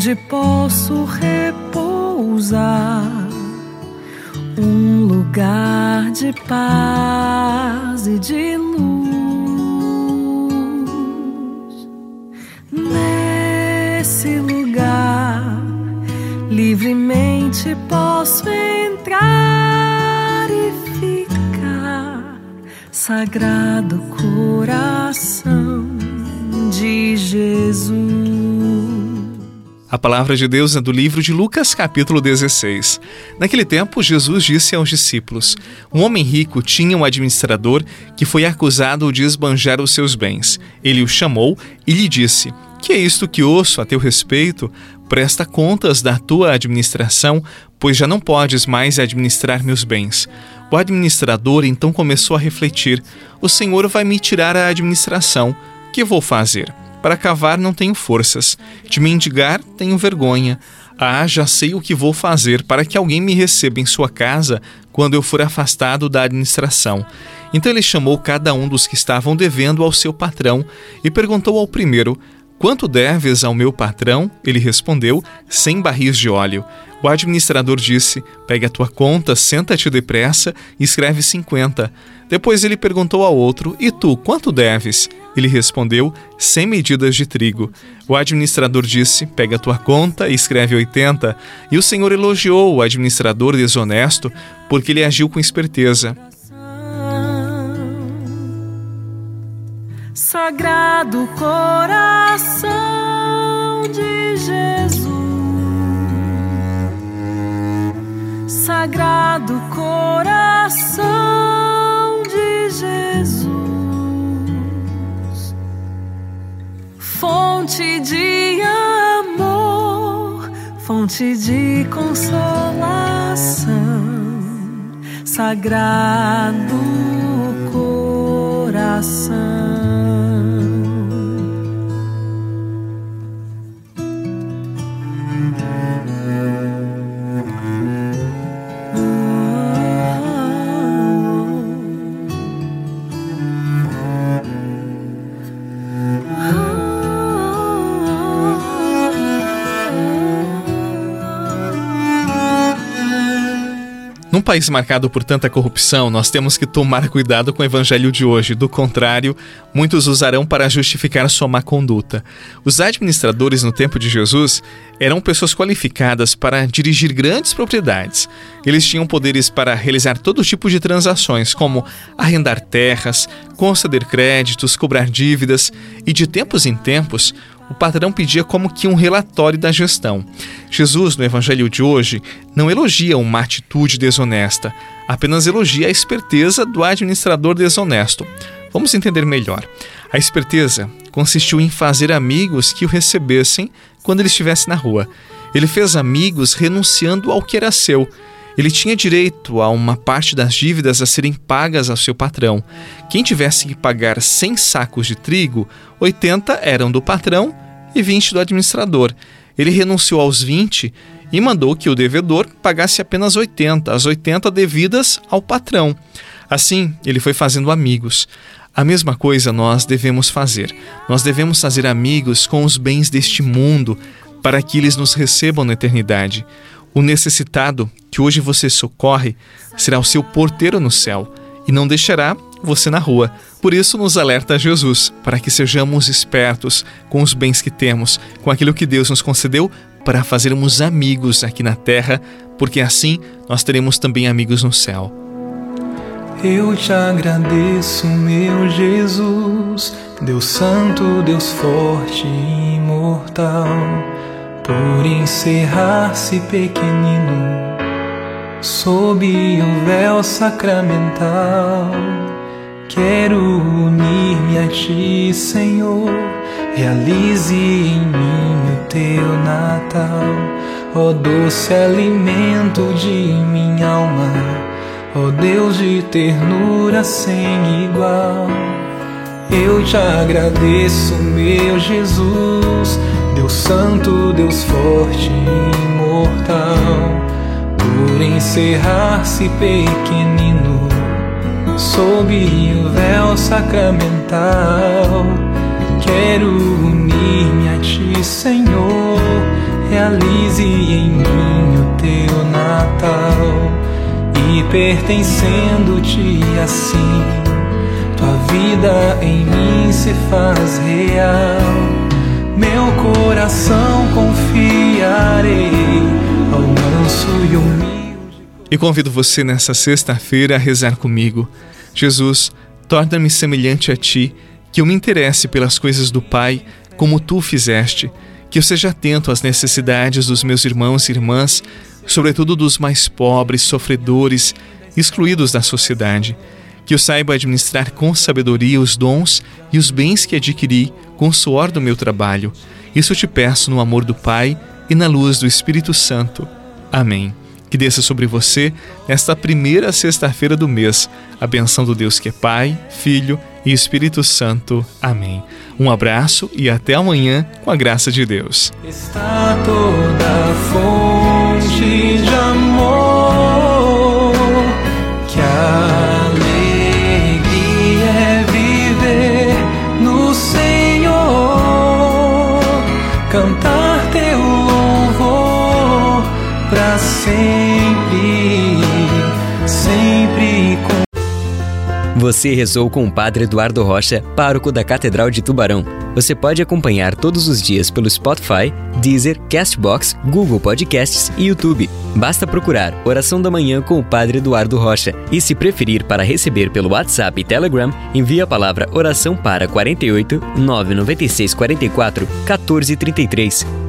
onde posso repousar, um lugar de paz e de luz. Nesse lugar, livremente posso entrar e ficar. Sagrado coração de Jesus. A palavra de Deus é do livro de Lucas, capítulo 16. Naquele tempo, Jesus disse aos discípulos: um homem rico tinha um administrador que foi acusado de esbanjar os seus bens. Ele o chamou e lhe disse: que é isto que ouço a teu respeito? Presta contas da tua administração, pois já não podes mais administrar meus bens. O administrador então começou a refletir: o Senhor vai me tirar a administração. Que vou fazer? Para cavar não tenho forças, de mendigar tenho vergonha. Já sei o que vou fazer para que alguém me receba em sua casa quando eu for afastado da administração. Então ele chamou cada um dos que estavam devendo ao seu patrão e perguntou ao primeiro: quanto deves ao meu patrão? Ele respondeu: 100 barris de óleo. O administrador disse: pega a tua conta, senta-te depressa e escreve 50. Depois ele perguntou ao outro: e tu, quanto deves? Ele respondeu: 100 medidas de trigo. O administrador disse: pega a tua conta e escreve 80. E o Senhor elogiou o administrador desonesto porque ele agiu com esperteza. Sagrado coração de Jesus, Sagrado coração de Jesus, fonte de amor, fonte de consolação, Sagrado coração. Num país marcado por tanta corrupção, nós temos que tomar cuidado com o evangelho de hoje. Do contrário, muitos usarão para justificar sua má conduta. Os administradores no tempo de Jesus eram pessoas qualificadas para dirigir grandes propriedades. Eles tinham poderes para realizar todo tipo de transações, como arrendar terras, conceder créditos, cobrar dívidas, e de tempos em tempos, o patrão pedia como que um relatório da gestão. Jesus, no evangelho de hoje, não elogia uma atitude desonesta, apenas elogia a esperteza do administrador desonesto. Vamos entender melhor. A esperteza consistiu em fazer amigos que o recebessem quando ele estivesse na rua. Ele fez amigos renunciando ao que era seu. Ele tinha direito a uma parte das dívidas a serem pagas ao seu patrão. Quem tivesse que pagar 100 sacos de trigo, 80 eram do patrão e 20 do administrador. Ele renunciou aos 20 e mandou que o devedor pagasse apenas 80, as 80 devidas ao patrão. Assim, ele foi fazendo amigos. A mesma coisa nós devemos fazer. Nós devemos fazer amigos com os bens deste mundo para que eles nos recebam na eternidade. O necessitado que hoje você socorre será o seu porteiro no céu e não deixará você na rua. Por isso nos alerta Jesus, para que sejamos espertos com os bens que temos, com aquilo que Deus nos concedeu, para fazermos amigos aqui na terra, porque assim nós teremos também amigos no céu. Eu te agradeço, meu Jesus, Deus Santo, Deus forte e imortal, por encerrar-se pequenino sob o véu sacramental. Quero unir-me a ti, Senhor, realize em mim o teu Natal. Ó doce alimento de minha alma, ó Deus de ternura sem igual. Eu te agradeço, meu Jesus, Deus Santo, Deus forte e imortal, por encerrar-se pequenino sob o véu sacramental. Quero unir-me a ti, Senhor, realize em mim o teu Natal. E pertencendo-te assim, tua vida em mim se faz real. Meu coração confiarei ao manso e humilde. E convido você nessa sexta-feira a rezar comigo. Jesus, torna-me semelhante a Ti, que eu me interesse pelas coisas do Pai, como Tu fizeste, que eu seja atento às necessidades dos meus irmãos e irmãs, sobretudo dos mais pobres, sofredores, excluídos da sociedade, que eu saiba administrar com sabedoria os dons e os bens que adquiri com o suor do meu trabalho. Isso eu te peço no amor do Pai e na luz do Espírito Santo. Amém. Que desça sobre você, nesta primeira sexta-feira do mês, a bênção do Deus que é Pai, Filho e Espírito Santo. Amém. Um abraço e até amanhã, com a graça de Deus. Está toda a fonte de amor, que a alegria é viver no Senhor, cantar teu louvor pra sempre, sempre com. Você rezou com o Padre Eduardo Rocha, pároco da Catedral de Tubarão. Você pode acompanhar todos os dias pelo Spotify, Deezer, Castbox, Google Podcasts e YouTube. Basta procurar Oração da Manhã com o Padre Eduardo Rocha. E se preferir para receber pelo WhatsApp e Telegram, envie a palavra oração para 48 996 44 14 33.